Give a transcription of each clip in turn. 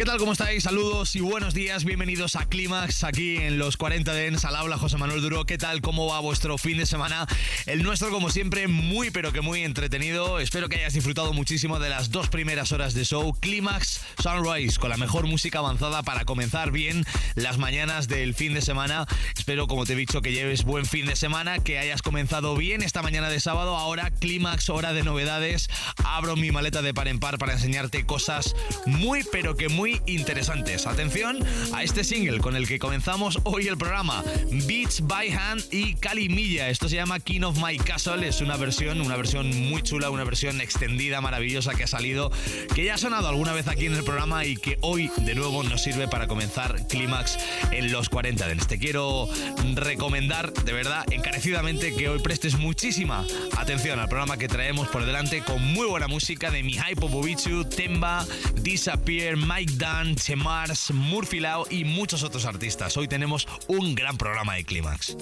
¿Qué tal? ¿Cómo estáis? Saludos y buenos días. Bienvenidos a Clímax, aquí en los 40 Dance. Al habla José Manuel Duro. ¿Qué tal? ¿Cómo va vuestro fin de semana? El nuestro, como siempre, muy pero que muy entretenido. Espero que hayas disfrutado muchísimo de las 2 primeras horas de show. Clímax Sunrise, con la mejor música avanzada para comenzar bien las mañanas del fin de semana. Espero, como te he dicho, que lleves buen fin de semana, que hayas comenzado bien esta mañana de sábado. Ahora, Clímax, hora de novedades. Abro mi maleta de par en par para enseñarte cosas muy pero que muy interesantes. Atención a este single con el que comenzamos hoy el programa, Beats by Hand y Cali Milla. Esto se llama King of My Castle. Es una versión muy chula, una versión extendida, maravillosa, que ha salido, que ya ha sonado alguna vez aquí en el programa y que hoy de nuevo nos sirve para comenzar Clímax en los 40 Dance. Te quiero recomendar de verdad encarecidamente que hoy prestes muchísima atención al programa que traemos por delante, con muy buena música de Mihai Popovici, Temba, Disappear, Mike Dan, Chemars, Murphy Lau y muchos otros artistas. Hoy tenemos un gran programa de Clímax.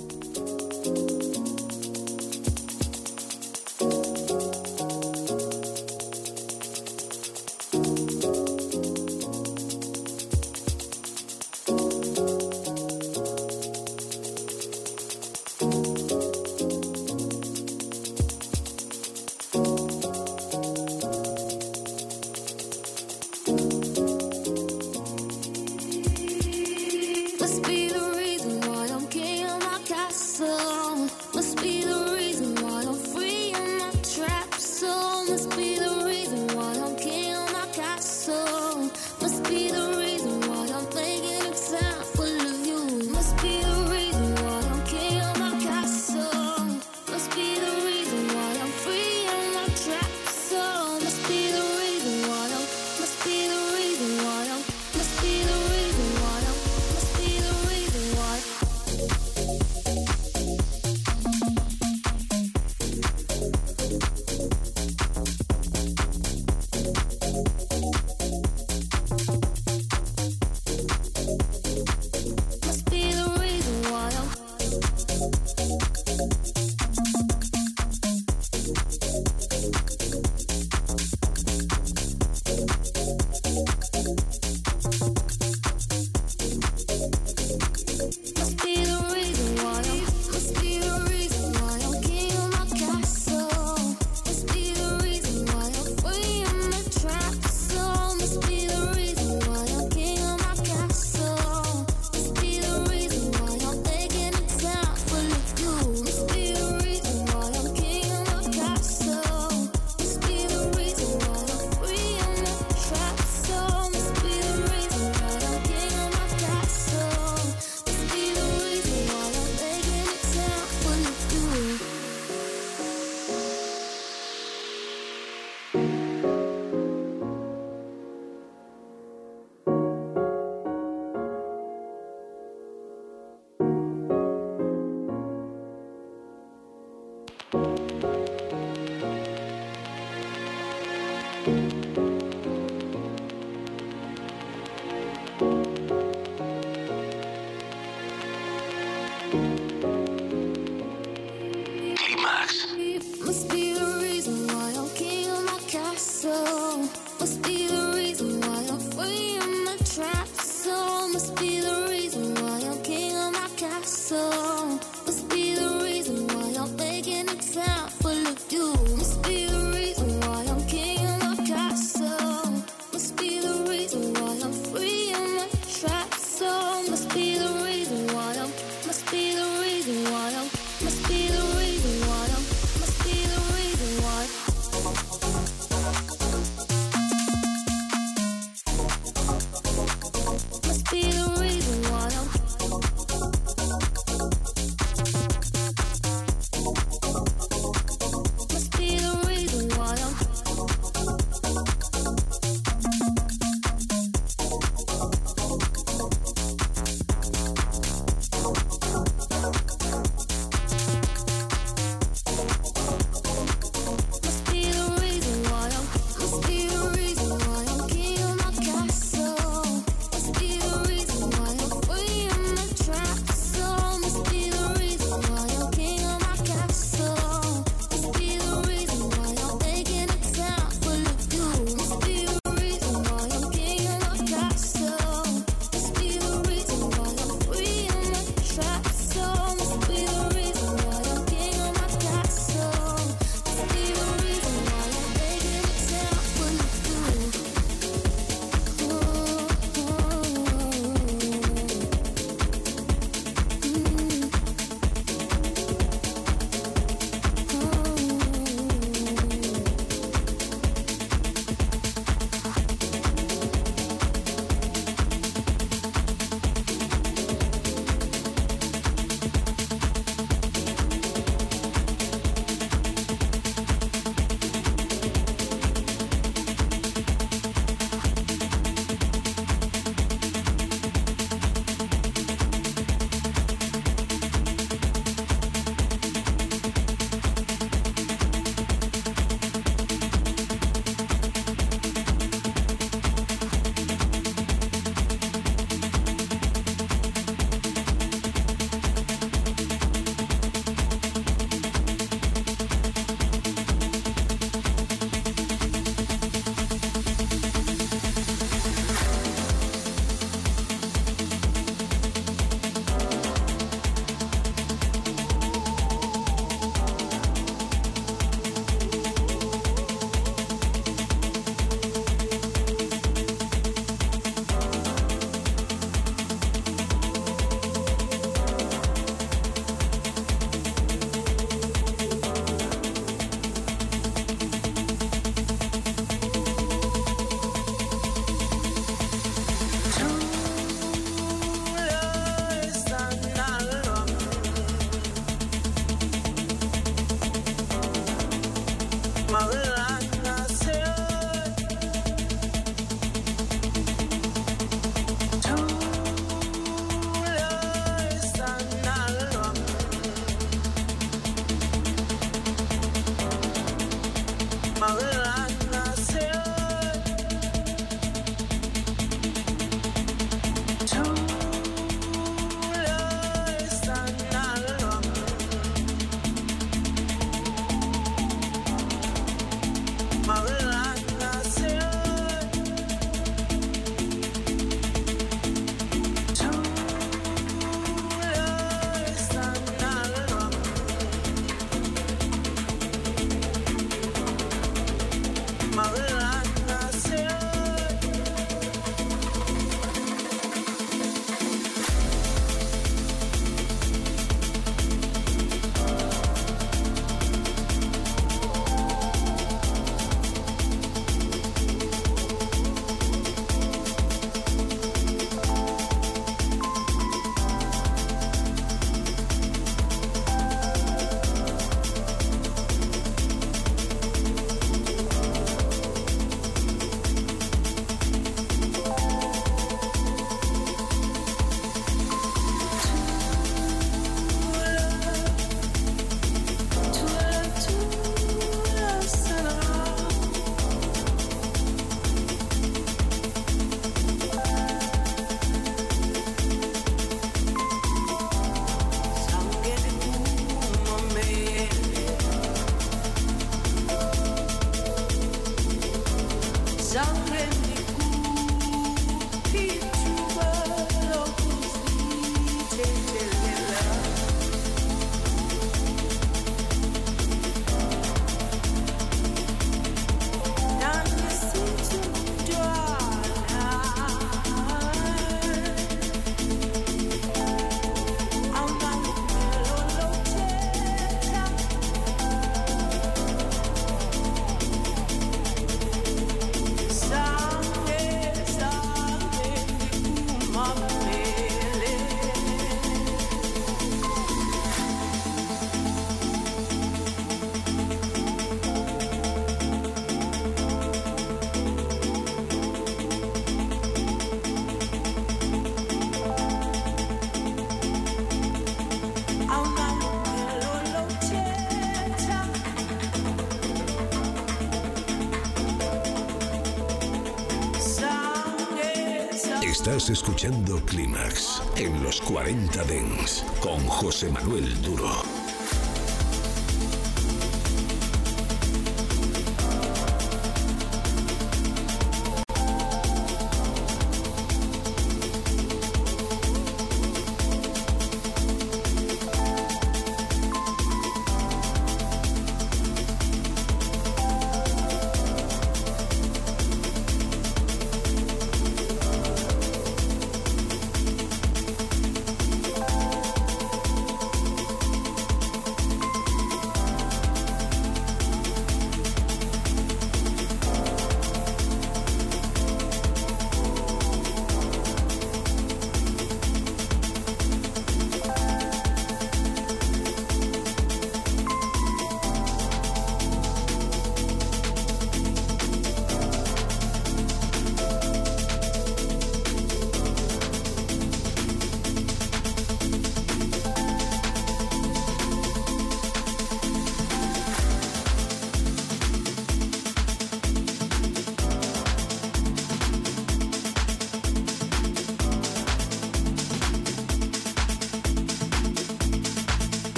Estás escuchando Clímax en los 40 Dance con José Manuel Duro.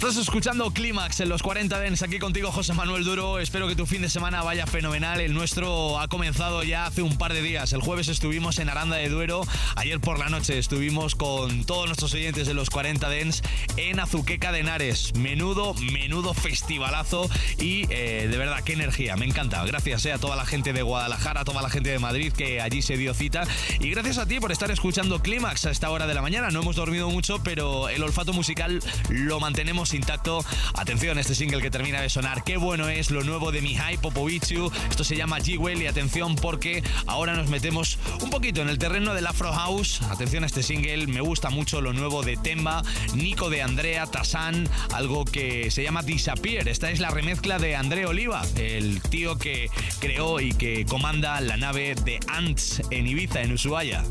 Estás escuchando Clímax en los 40 Dance, aquí contigo José Manuel Duro. Espero que tu fin de semana vaya fenomenal. El nuestro ha comenzado ya hace un par de días. El jueves estuvimos en Aranda de Duero. Ayer por la noche estuvimos con todos nuestros oyentes de los 40 Dance en Azuqueca de Henares. Menudo festivalazo y de verdad, qué energía. Me encanta. Gracias a toda la gente de Guadalajara, a toda la gente de Madrid que allí se dio cita. Y gracias a ti por estar escuchando Clímax a esta hora de la mañana. No hemos dormido mucho, pero el olfato musical lo mantenemos intacto. Atención, este single que termina de sonar, qué bueno es lo nuevo de Mihai Popoviciu. Esto se llama G-Well y atención porque ahora nos metemos un poquito en el terreno del Afro House. Atención a este single, me gusta mucho lo nuevo de Temba, Nico de Andrea, Tasan, algo que se llama Disappear. Esta es la remezcla de André Oliva, el tío que creó y que comanda la nave de Ants en Ibiza, en Ushuaia.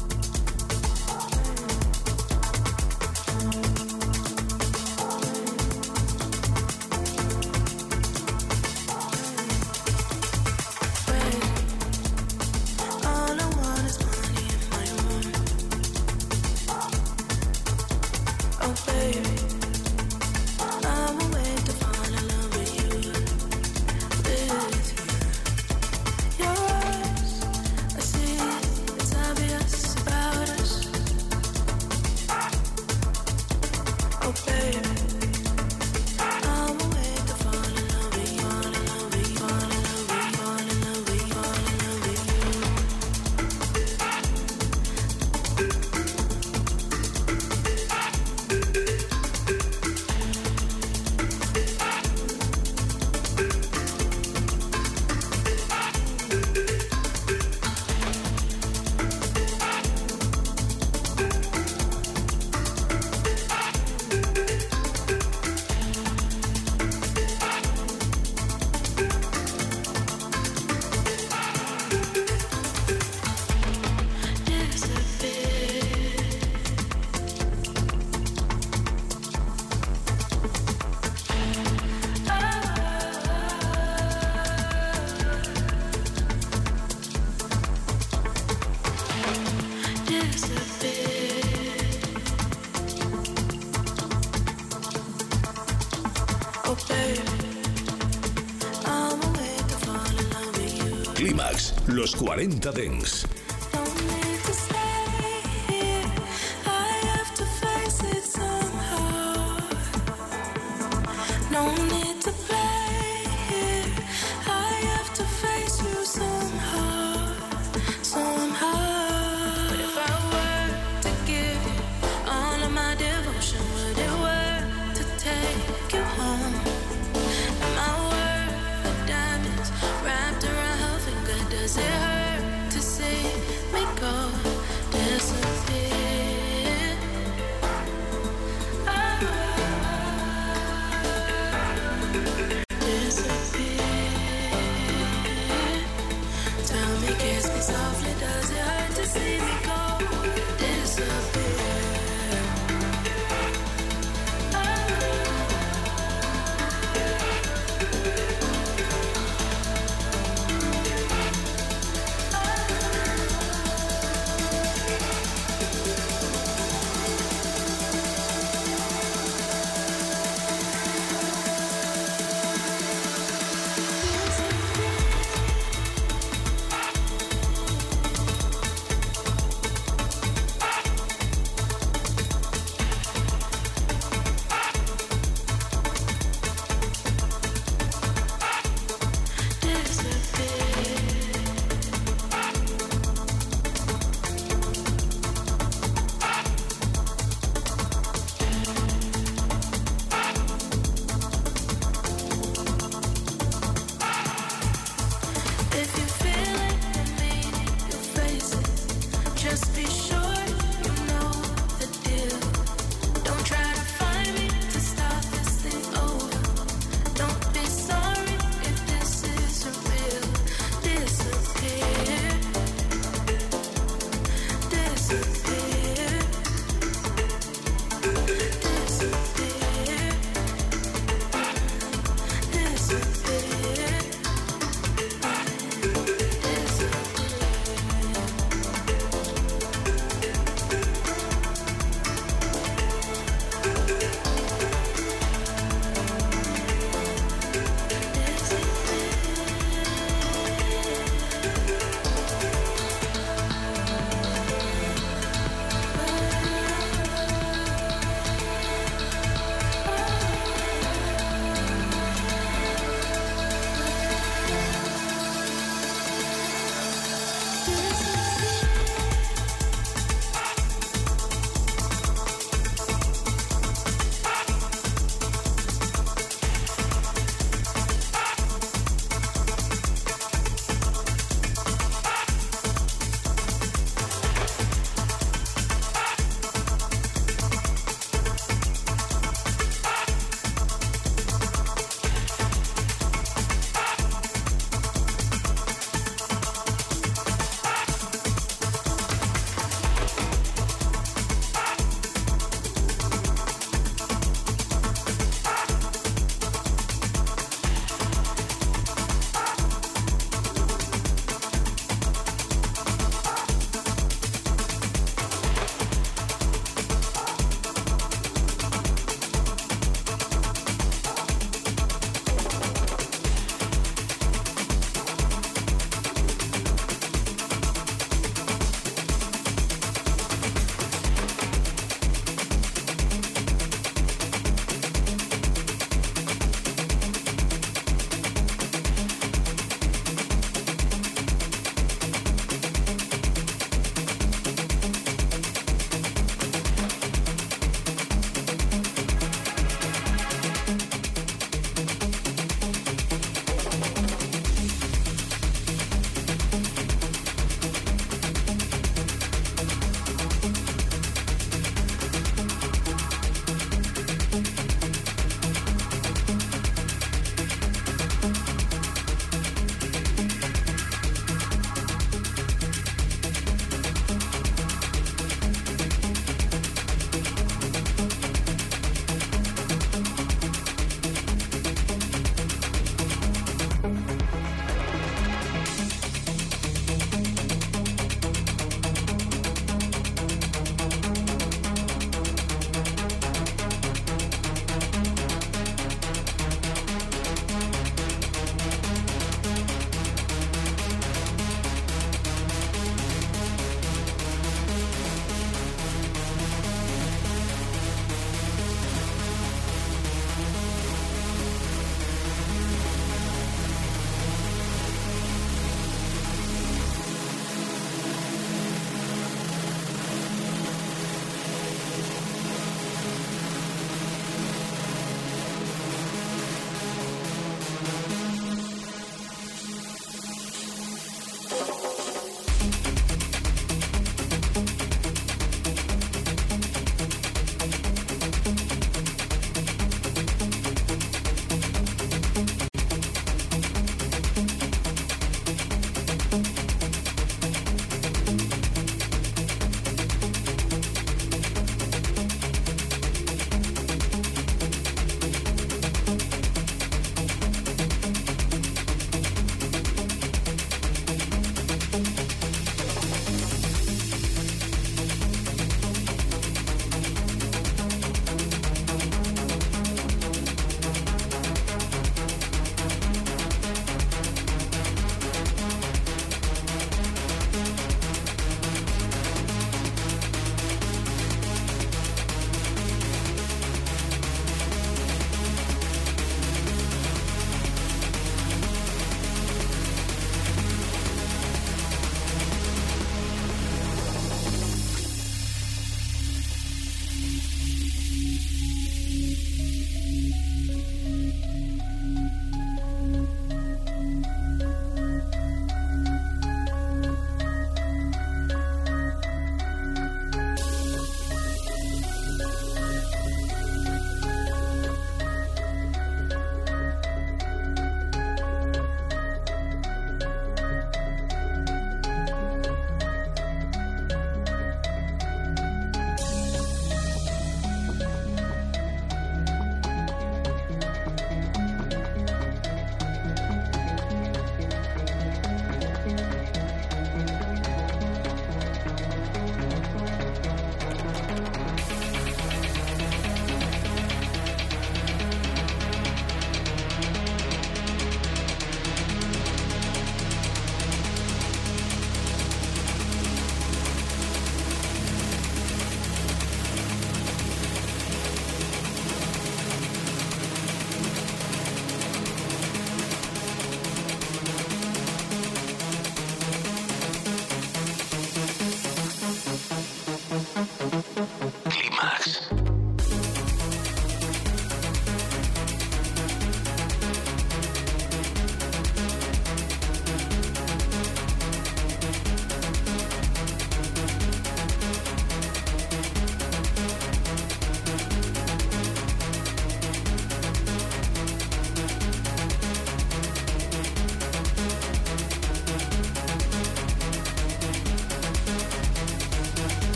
Clímax, los 40 Dance. Does it hurt to see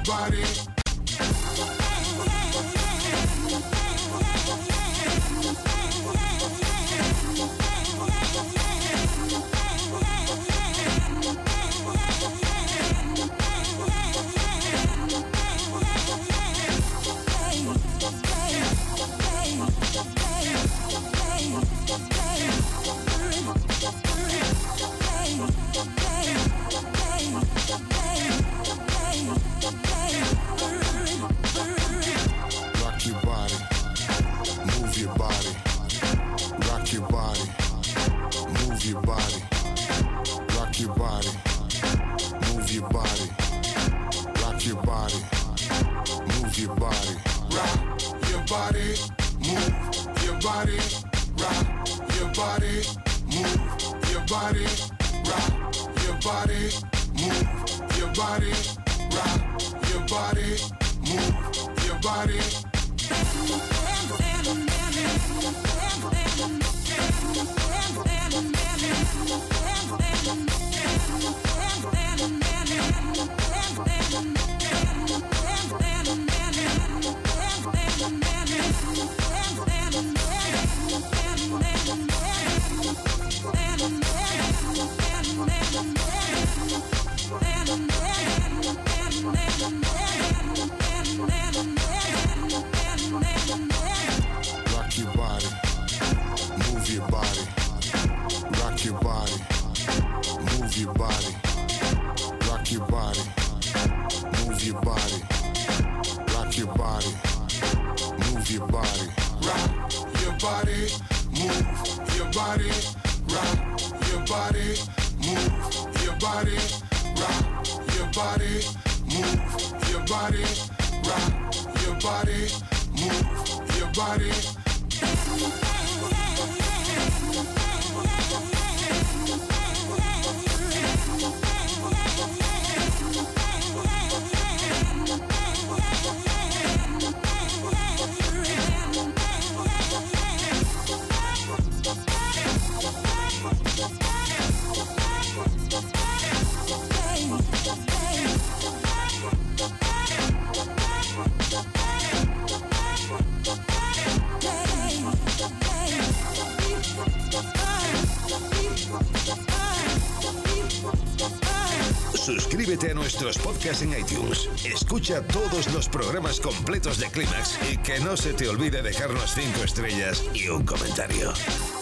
body. Suscríbete a nuestros podcasts en iTunes. Escucha todos los programas completos de Clímax y que no se te olvide dejarnos 5 estrellas y un comentario.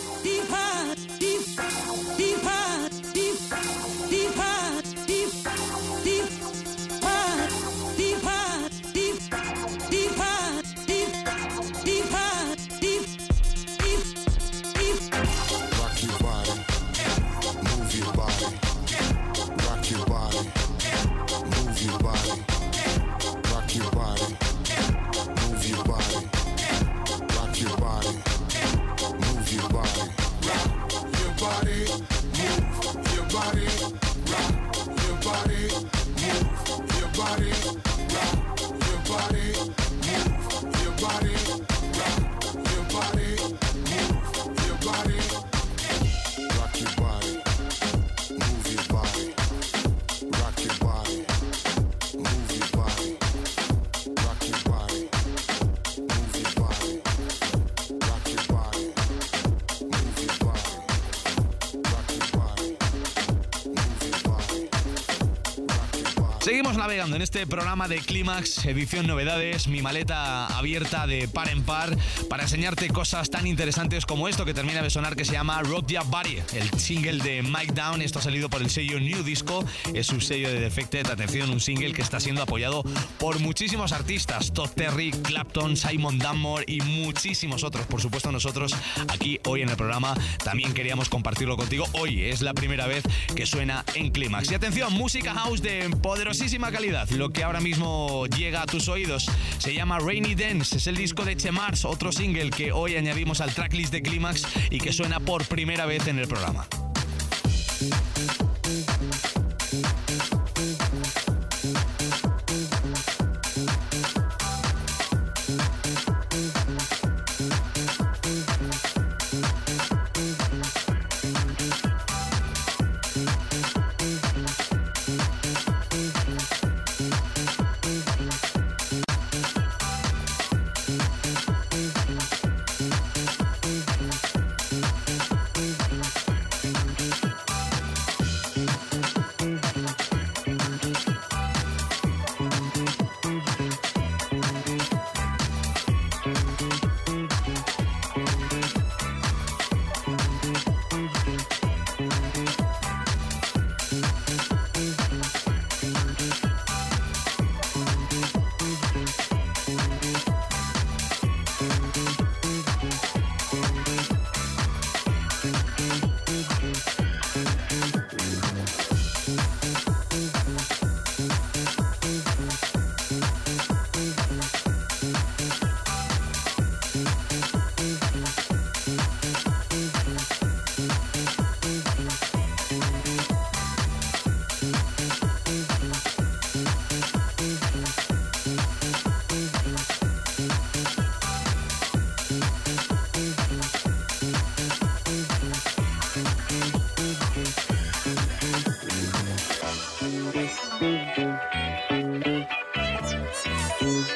Seguimos navegando en este programa de Clímax, edición novedades, mi maleta abierta de par en par para enseñarte cosas tan interesantes como esto que termina de sonar, que se llama Rock Your Body, el single de Mike Down. Esto ha salido por el sello New Disco, es un sello de Defected. Atención, un single que está siendo apoyado por muchísimos artistas, Todd Terry, Clapton, Simon Dunmore y muchísimos otros. Por supuesto, nosotros aquí hoy en el programa también queríamos compartirlo contigo. Hoy es la primera vez que suena en Clímax. Y atención, música house de poderosísima calidad. Lo que ahora mismo llega a tus oídos se llama Rainy Dance, es el disco de Chemars, otro single que hoy añadimos al tracklist de Clímax y que suena por primera vez en el programa.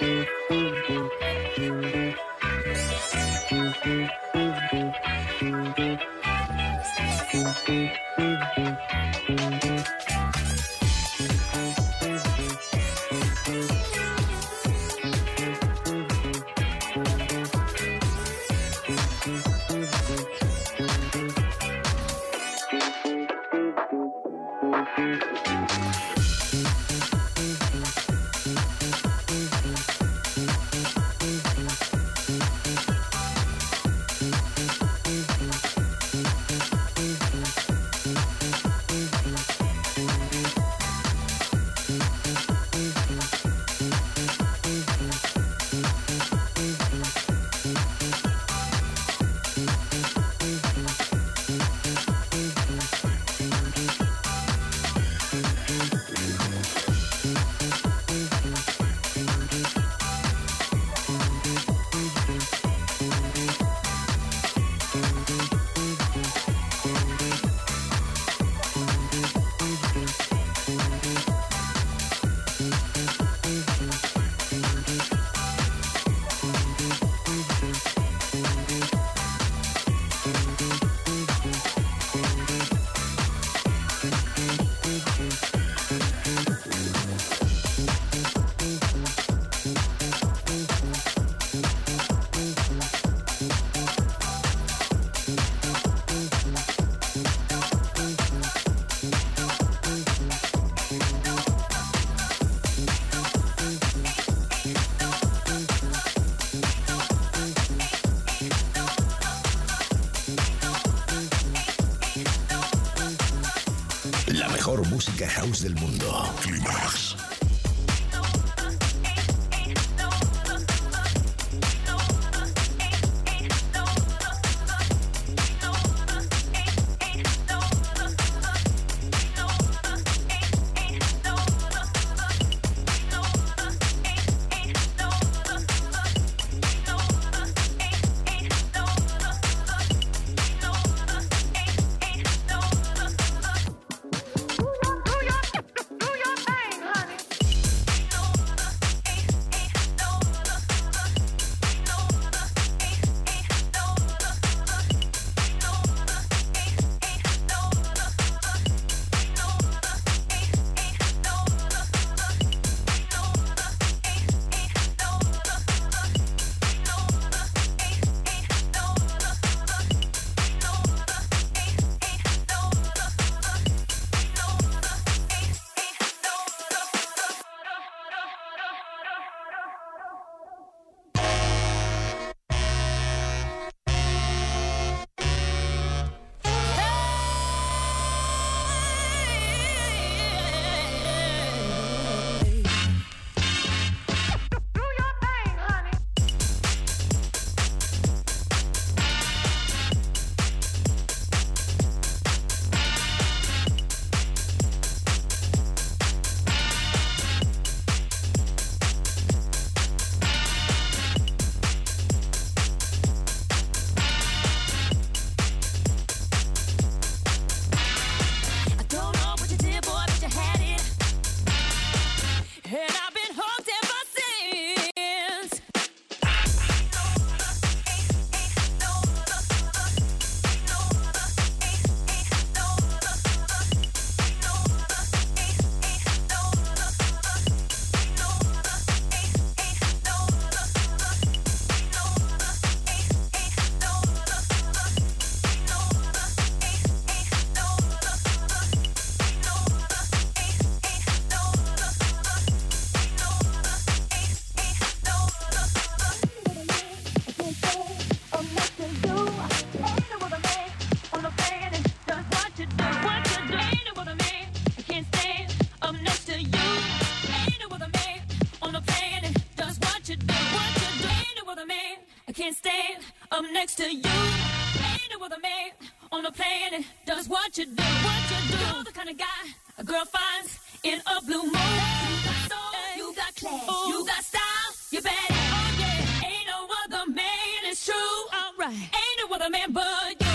Música house del mundo. Climax. can't stand up next to you. Ain't no other man on the planet does what you do. What you do, you're the kind of guy a girl finds in a blue moon. You got soul, you got class, you got style, you're bad. Oh yeah, ain't no other man, it's true. Alright, ain't no other man but you.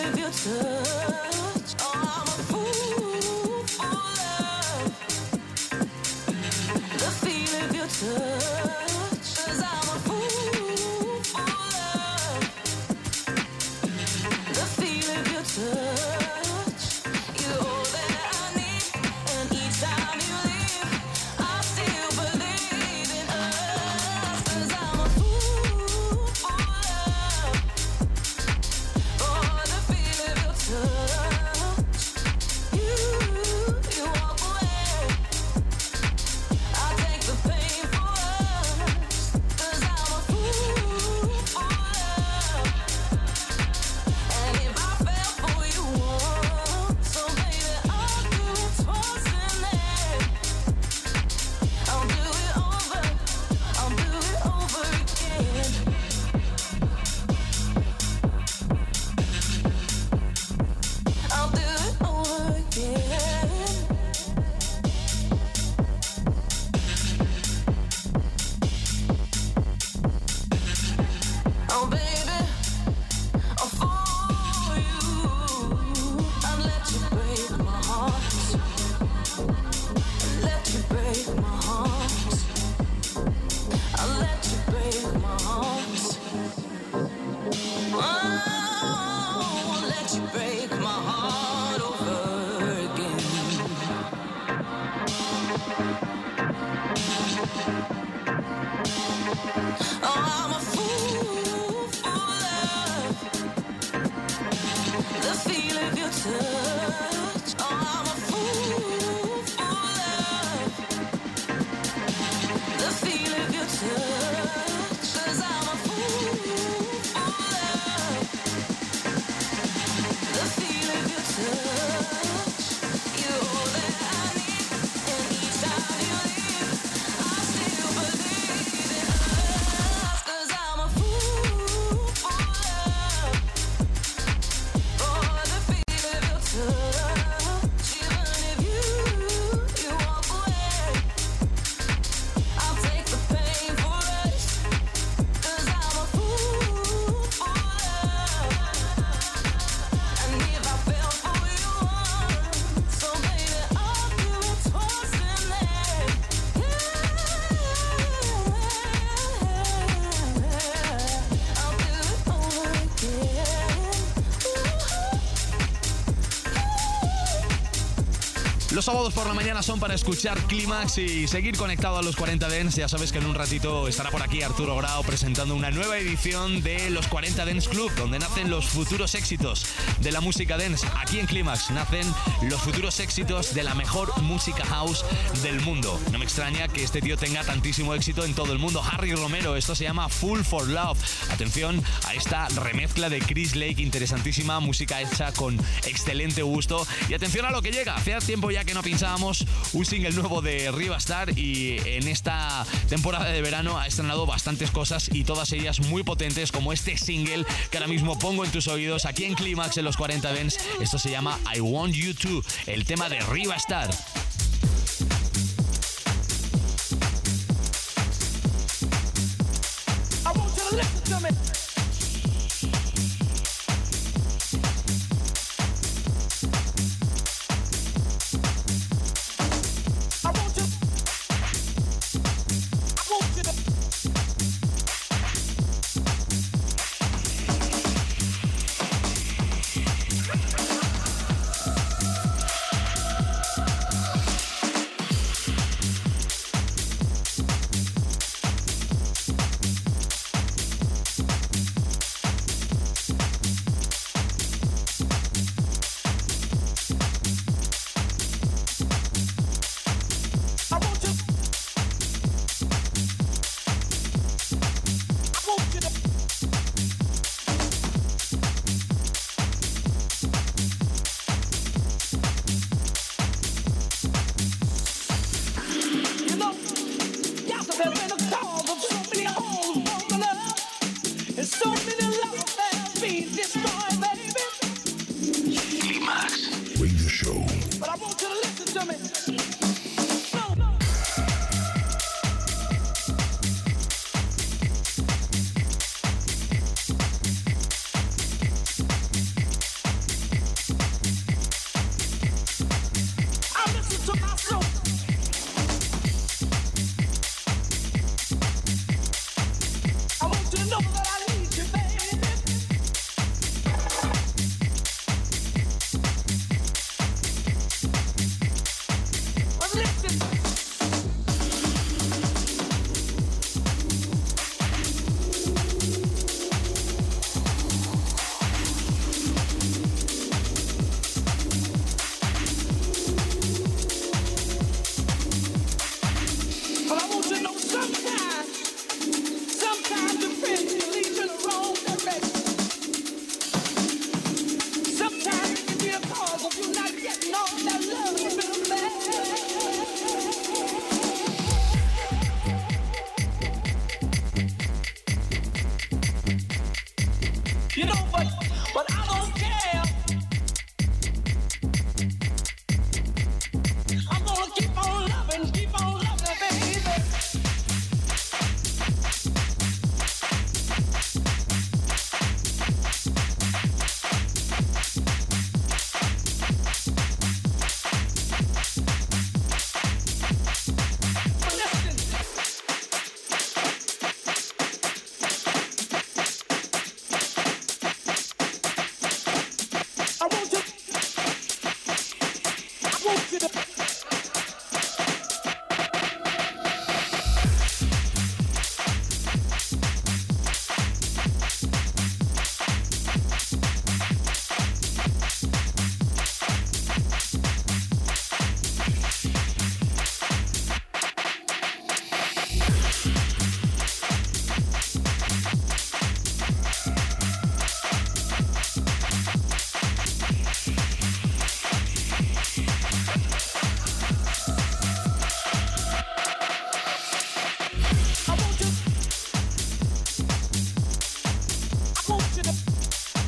Los sábados por la mañana son para escuchar Clímax y seguir conectado a los 40 Dance. Ya sabes que en un ratito estará por aquí Arturo Grau presentando una nueva edición de los 40 Dance Club, donde nacen los futuros éxitos de la música dance. Aquí en Clímax nacen los futuros éxitos de la mejor música house del mundo. No me extraña que este tío tenga tantísimo éxito en todo el mundo. Harry Romero, esto se llama Fool for Love. Atención a esta remezcla de Chris Lake, interesantísima, música hecha con excelente gusto. Y atención a lo que llega. Hace tiempo ya que no pinchábamos un single nuevo de Riva Starr y en esta temporada de verano ha estrenado bastantes cosas y todas ellas muy potentes, como este single que ahora mismo pongo en tus oídos aquí en Clímax en los 40 Dance. Esto se llama I Want You To, el tema de Riva Starr. I want you to listen to me.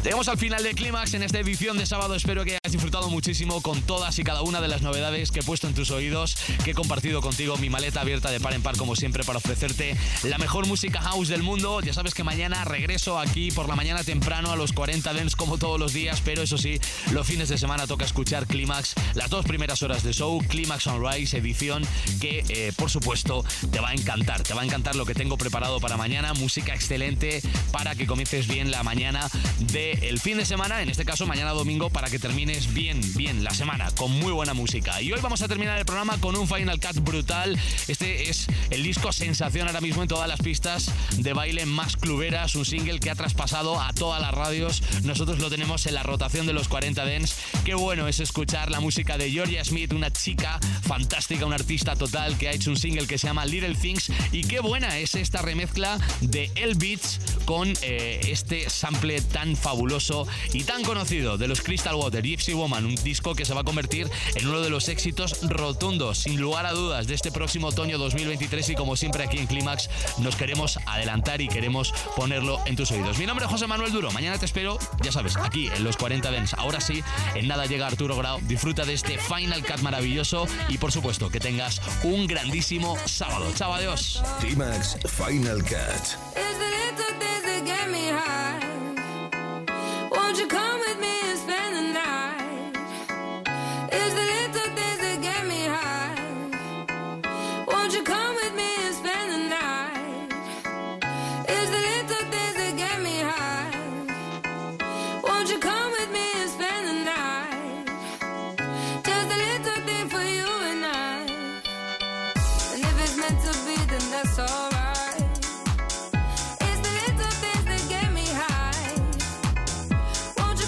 Llegamos al final de Clímax en esta edición de sábado. Espero que hayas disfrutado muchísimo con todas y cada una de las novedades que he puesto en tus oídos, que he compartido contigo, mi maleta abierta de par en par como siempre para ofrecerte la mejor música house del mundo. Ya sabes que mañana regreso aquí por la mañana temprano a los 40 Dance como todos los días, pero eso sí, los fines de semana toca escuchar Clímax, las 2 primeras horas de show, Clímax Sunrise edición, que por supuesto te va a encantar lo que tengo preparado para mañana, música excelente para que comiences bien la mañana del fin de semana, en este caso mañana domingo, para que termines bien la semana con muy buena música. Y hoy vamos a terminar el programa con un Final Cut brutal. Este es el disco sensación ahora mismo en todas las pistas de baile más cluberas, un single que ha traspasado a todas las radios. Nosotros lo tenemos en la rotación de los 40 Dance. Qué bueno es escuchar la música de Georgia Smith, una chica fantástica, una artista total que ha hecho un single que se llama Little Things, y qué buena es esta remezcla de L-Beats con este sample tan fabuloso y tan conocido de los Crystal Water, Gypsy Woman, un disco que se va a convertir en uno de los éxitos rotundos, sin lugar a dudas, de este próximo otoño 2023, y como siempre aquí en Clímax nos queremos adelantar y queremos ponerlo en tus oídos. Mi nombre es José Manuel Duro, mañana te espero, ya sabes, aquí en los 40 Dance. Ahora sí, en nada llega Arturo Grau, disfruta de este Final Cut maravilloso y por supuesto que tengas un grandísimo sábado. Chao, adiós. Clímax Final Cut. Won't you come with me and spend the night? It's the little things that get me high. Won't you come with me and spend the night? It's the little things that get me high. Won't you come with me and spend the night? Just a little thing for you and I. And if it's meant to be, then that's alright. It's the little things that get me high. Won't you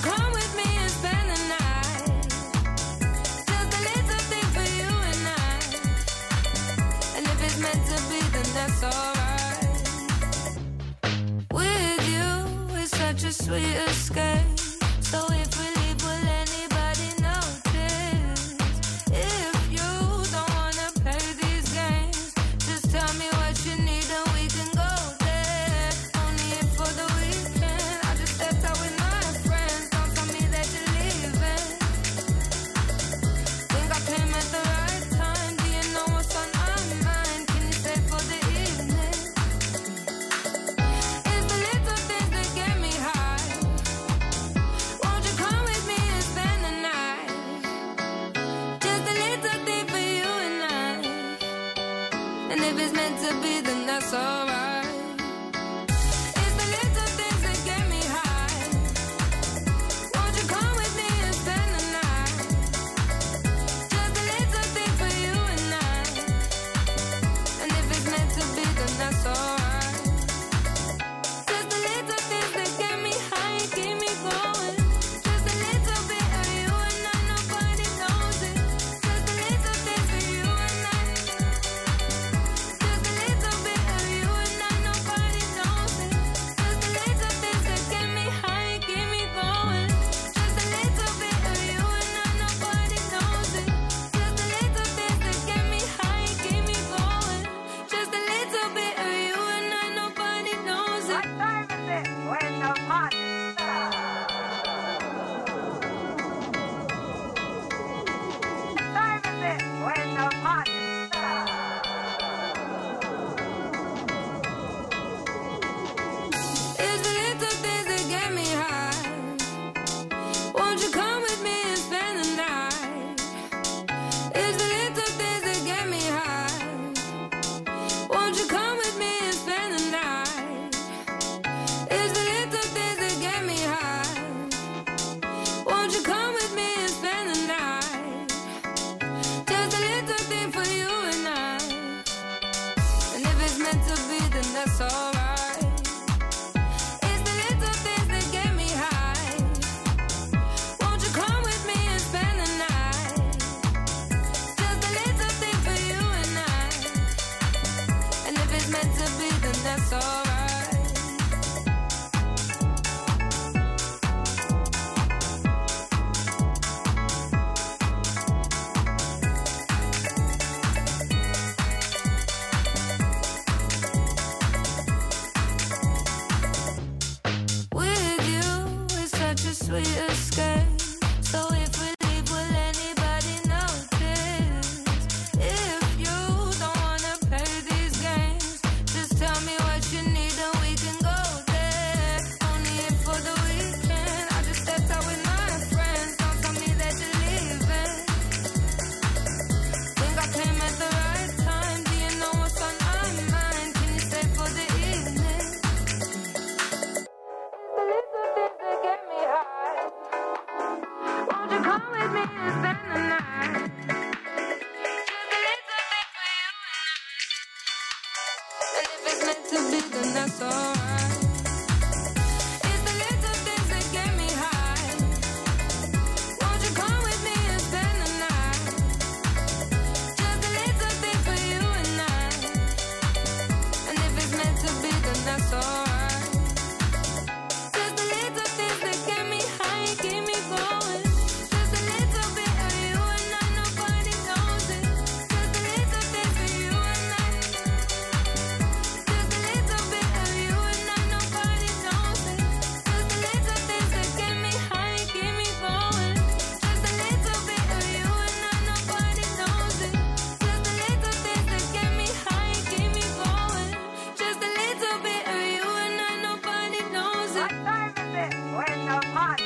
Won't you come with me and spend the night? Just a little bit for you and I. And if it's meant to be, then that's alright. It's the little things that get me high. Won't you come with me and spend the night? Just a little thing for you and I. And if it's meant to be, then that's alright. Just the little things that get me high and keep me going. Just a little bit of you and I, nobody knows it. Just a little thing for you and I. Just a little bit of you and I, nobody knows it. Just a little things that get me high and keep me going. Just a little bit of you and I, nobody knows it. Just a little things that get me high and keep me going. Just a little bit of you and I, nobody knows it. What time is it when the party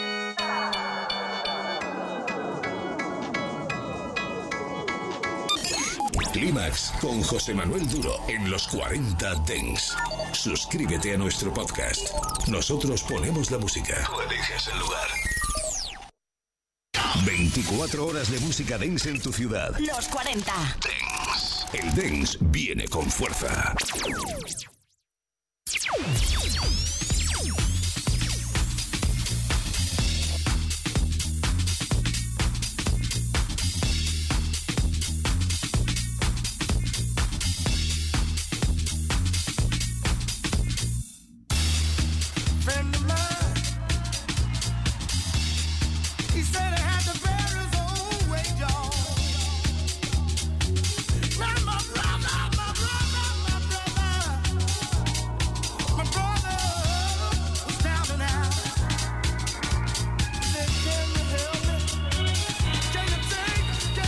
Clímax con José Manuel Duro en los 40 Dance. Suscríbete a nuestro podcast. Nosotros ponemos la música. Tú eliges el lugar. 24 horas de música dance en tu ciudad. Los 40. Dance. El dance viene con fuerza. friend of mine. He said he had to bear his own weight, y'all. Now my brother, was down and out. He said, can you help me? Can you take the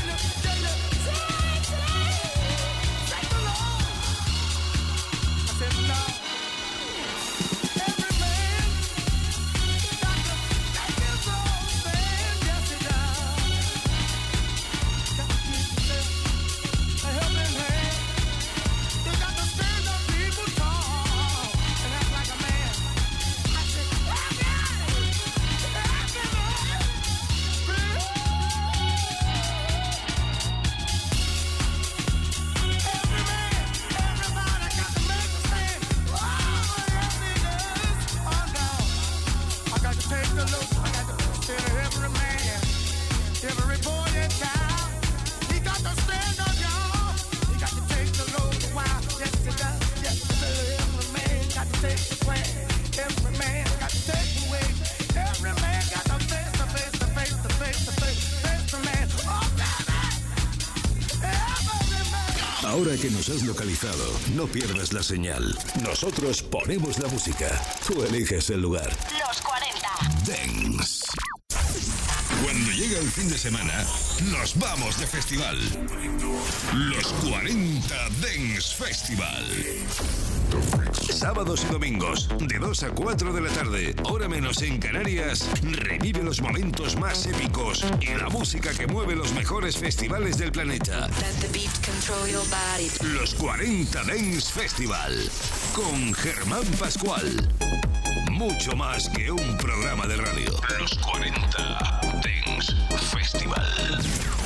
Lord? I said, no. Every man got to take his own stand, yes he does. Got to keep a helping hand. You got to stand up, people tall, and act like a man. I said, oh God, every man, everybody got to make a stand. Oh, yes he does. Oh no, I got to take the load. I got to stand every man, every boy and child. He got to stand up, y'all. He got to take the load a while. Yes he does. Yes, every man got to take the plan. Every man got to take the way. Every man got to face the face, the face, the face, the face, face the man. Oh baby, every man. Ahora que nos has localizado, no pierdas la señal. Nosotros ponemos la música. Tú eliges el lugar. Los 40. Dance. Cuando llega el fin de semana, nos vamos de festival. Los 40 Dance Festival. Sábados y domingos, de 2 a 4 de la tarde, hora menos en Canarias, revive los momentos más épicos y la música que mueve los mejores festivales del planeta. Let the beat control your body. Los 40 Dance Festival, con Germán Pascual. Mucho más que un programa de radio. Los 40 Dance Festival.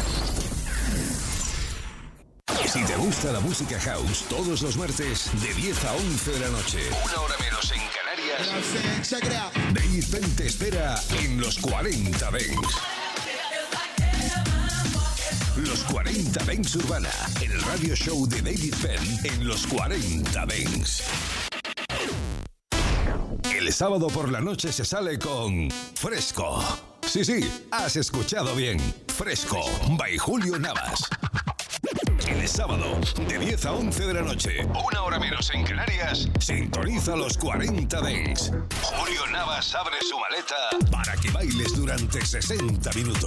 Si te gusta la música house, todos los martes de 10 a 11 de la noche, una hora menos en Canarias, David Penn te espera en los 40 Dance. Los 40 Dance Urbana, el radio show de David Penn en los 40 Dance. El sábado por la noche se sale con Fresco. Sí, has escuchado bien. Fresco, by Julio Navas. El sábado, de 10 a 11 de la noche, una hora menos en Canarias, sintoniza los 40 Dance. Julio Navas abre su maleta para que bailes durante 60 minutos.